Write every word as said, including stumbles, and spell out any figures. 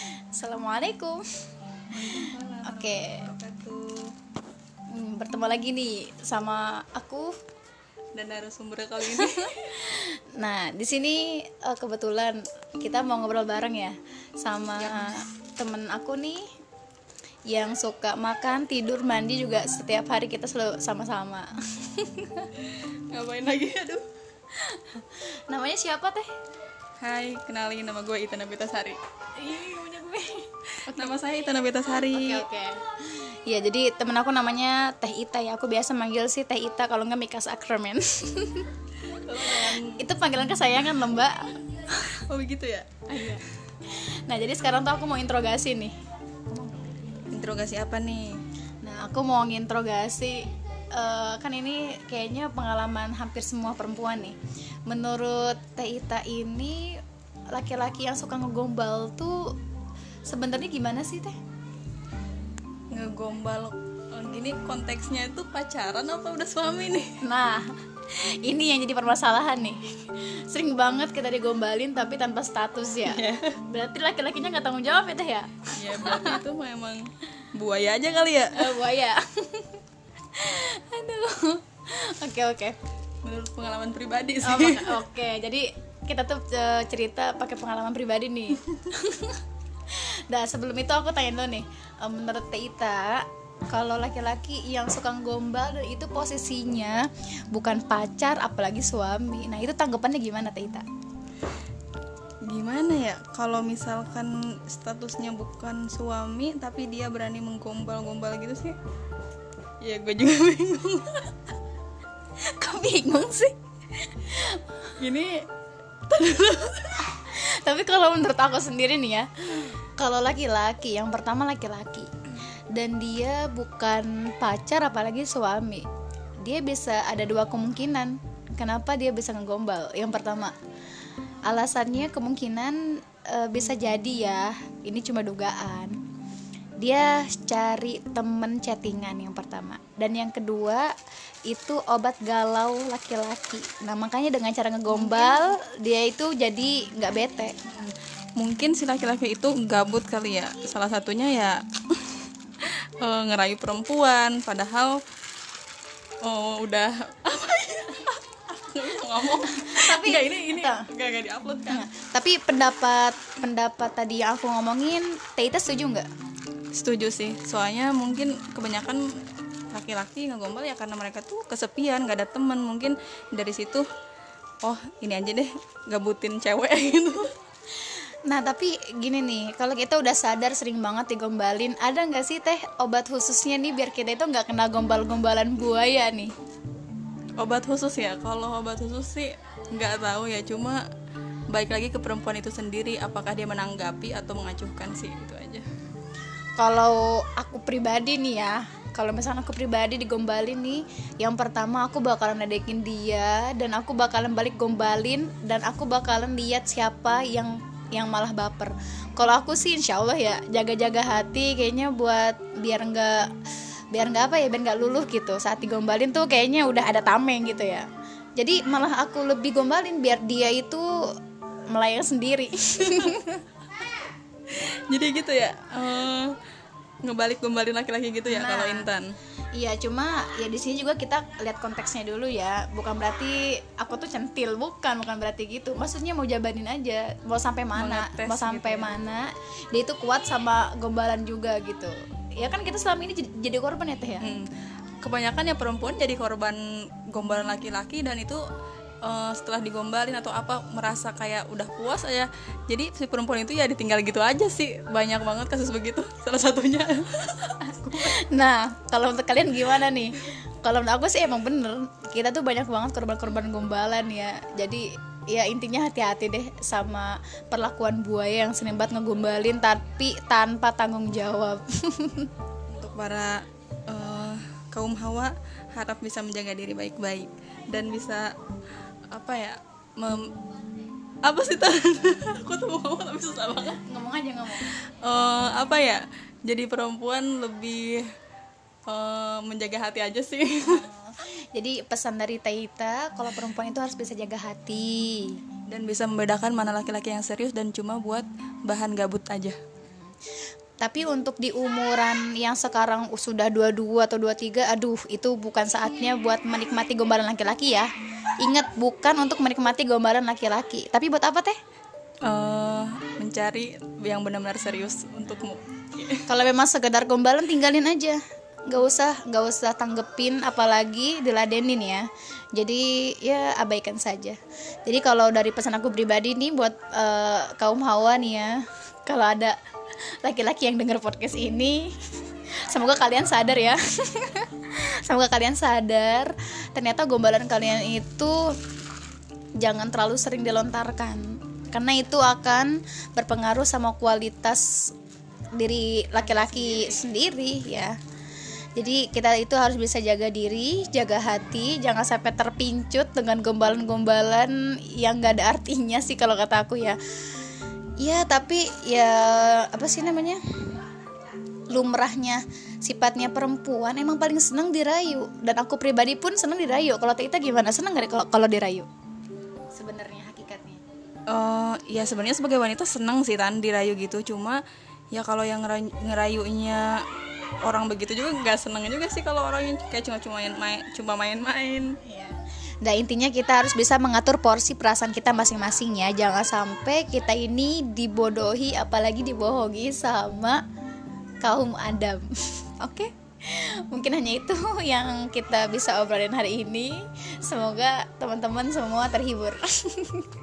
Assalamualaikum. Oke, hmm, bertemu lagi nih sama aku dan narasumber kali ini. Nah, di sini uh, kebetulan kita mau ngobrol bareng ya sama temen aku nih yang suka makan, tidur, mandi juga setiap hari kita selalu sama-sama. Ngapain lagi? Aduh. Namanya siapa teh? Hai, kenalin nama gue Ita Nabitasari. Ih, namanya gue. Nama saya Ita Nabitasari. Oke oke. Ya, jadi temen aku namanya Teh Ita ya. Aku biasa manggil sih Teh Ita, kalau nggak Mika Sakramen. Itu panggilan kesayangan loh, Mbak. Oh begitu ya? Iya. Nah, jadi sekarang tuh aku mau interogasi nih. Interogasi apa nih? Nah, aku mau nginterogasi uh, kan ini kayaknya pengalaman hampir semua perempuan nih. Menurut Teh Ita ini laki-laki yang suka ngegombal tuh sebenarnya gimana sih, Teh? Ngegombal gini konteksnya itu pacaran apa udah suami nih? Nah, ini yang jadi permasalahan nih. Sering banget kita digombalin tapi tanpa status ya. Yeah. Berarti laki-lakinya nggak tanggung jawab ya, Teh ya? Ya berarti itu memang buaya aja kali ya. Uh, buaya. Aduh. Oke oke. Menurut pengalaman pribadi sih. Oh, oke, okay. Jadi kita tuh uh, cerita pakai pengalaman pribadi nih. Nah, sebelum itu aku tanya dulu nih, uh, menurut Teh Ita, kalau laki-laki yang suka gombal dan itu posisinya bukan pacar apalagi suami, nah itu tanggapannya gimana, Teh Ita? Gimana ya, kalau misalkan statusnya bukan suami tapi dia berani menggombal-gombal gitu sih, ya gue juga bingung. Kok bingung sih? Gini. Tapi kalau menurut aku sendiri nih ya, kalau laki-laki, yang pertama laki-laki dan dia bukan pacar apalagi suami, dia bisa ada dua kemungkinan kenapa dia bisa ngegombal. Yang pertama, alasannya kemungkinan e, bisa jadi ya, ini cuma dugaan, dia cari temen chattingan yang pertama. Dan yang kedua itu obat galau laki-laki. Nah, makanya dengan cara ngegombal dia itu jadi nggak bete. Mungkin si laki-laki itu gabut kali ya. Salah satunya ya uh, ngerayu perempuan, padahal oh udah apa ya? Nggak bisa ngomong. Tapi nggak, ini ini nggak nggak diupload kan? Nah, tapi pendapat pendapat tadi yang aku ngomongin, Teh Ita setuju nggak? Setuju sih. Soalnya mungkin kebanyakan laki-laki ngegombal ya karena mereka tuh kesepian, nggak ada teman. Mungkin dari situ, oh ini aja deh gabutin cewek gitu. Nah, tapi gini nih, kalau kita udah sadar sering banget digombalin, ada nggak sih Teh obat khususnya nih biar kita itu nggak kena gombal-gombalan buaya nih? Obat khusus ya? Kalau obat khusus sih nggak tahu ya, cuma balik lagi ke perempuan itu sendiri, apakah dia menanggapi atau mengacuhkan sih, itu aja. Kalau aku pribadi nih ya, kalau misalnya aku pribadi digombalin nih, yang pertama aku bakalan ledekin dia, dan aku bakalan balik gombalin, dan aku bakalan lihat siapa yang yang malah baper. Kalau aku sih insya Allah ya jaga-jaga hati kayaknya buat biar nggak biar nggak apa ya biar nggak luluh gitu saat digombalin tuh, kayaknya udah ada tameng gitu ya. Jadi malah aku lebih gombalin biar dia itu melayang sendiri. Jadi gitu ya, uh, ngebalik gombalin laki-laki gitu ya. Nah, kalau Intan. Iya, cuma ya di sini juga kita lihat konteksnya dulu ya. Bukan berarti aku tuh centil, bukan, bukan berarti gitu. Maksudnya mau jabanin aja, mau sampai mana, Mengetes mau sampai gitu ya. mana dia itu kuat sama gombalan juga gitu. Ya kan kita selama ini jadi, jadi korban ya, Teh ya. Hmm. Kebanyakan ya perempuan jadi korban gombalan laki-laki, dan itu uh, setelah digombalin atau apa merasa kayak udah puas aja. Jadi si perempuan itu ya ditinggal gitu aja sih. Banyak banget kasus begitu. Salah satunya. Nah, kalau untuk kalian gimana nih? Kalau menurut aku sih emang bener, kita tuh banyak banget korban-korban gombalan ya. Jadi ya intinya hati-hati deh sama perlakuan buaya yang sering banget ngegombalin tapi tanpa tanggung jawab. Untuk para uh, kaum hawa, harap bisa menjaga diri baik-baik dan bisa apa ya mem, apa sih tan? Aku tuh mau ngomong tapi susah banget. Ngomong aja ngomong. Uh, apa ya? Jadi perempuan lebih uh, menjaga hati aja sih. Oh, jadi pesan dari Teh Ita, kalau perempuan itu harus bisa jaga hati dan bisa membedakan mana laki-laki yang serius dan cuma buat bahan gabut aja. Tapi untuk di umuran yang sekarang sudah dua puluh dua atau dua puluh tiga, aduh itu bukan saatnya buat menikmati gombalan laki-laki ya. Ingat, bukan untuk menikmati gombalan laki-laki, tapi buat apa teh? Eh, mencari yang benar-benar serius untukmu. Kalau memang sekedar gombalan tinggalin aja, nggak usah nggak usah tanggepin, apalagi diladenin ya. Jadi ya abaikan saja. Jadi kalau dari pesan aku pribadi nih buat uh, kaum hawa nih ya, kalau ada laki-laki yang dengar podcast ini, semoga kalian sadar ya. Semoga kalian sadar ternyata gombalan kalian itu jangan terlalu sering dilontarkan, karena itu akan berpengaruh sama kualitas diri laki-laki sendiri ya. Jadi kita itu harus bisa jaga diri, jaga hati, jangan sampai terpincut dengan gombalan-gombalan yang gak ada artinya sih kalau kata aku ya. Ya tapi ya apa sih namanya, lumrahnya sifatnya perempuan emang paling senang dirayu, dan aku pribadi pun senang dirayu. Kalau Tita gimana, senang gak kalau kalau dirayu sebenarnya hakikatnya? Uh, ya sebenarnya sebagai wanita senang sih Tan dirayu gitu, cuma ya kalau yang ngerayu, ngerayunya orang begitu juga nggak seneng juga sih kalau orang yang kayak cuma cuma main cuma main-main. Iya. Nah intinya kita harus bisa mengatur porsi perasaan kita masing-masing ya. Jangan sampai kita ini dibodohi, apalagi dibohongi sama kaum Adam. Oke, mungkin hanya itu yang kita bisa obrolin hari ini. Semoga teman-teman semua terhibur.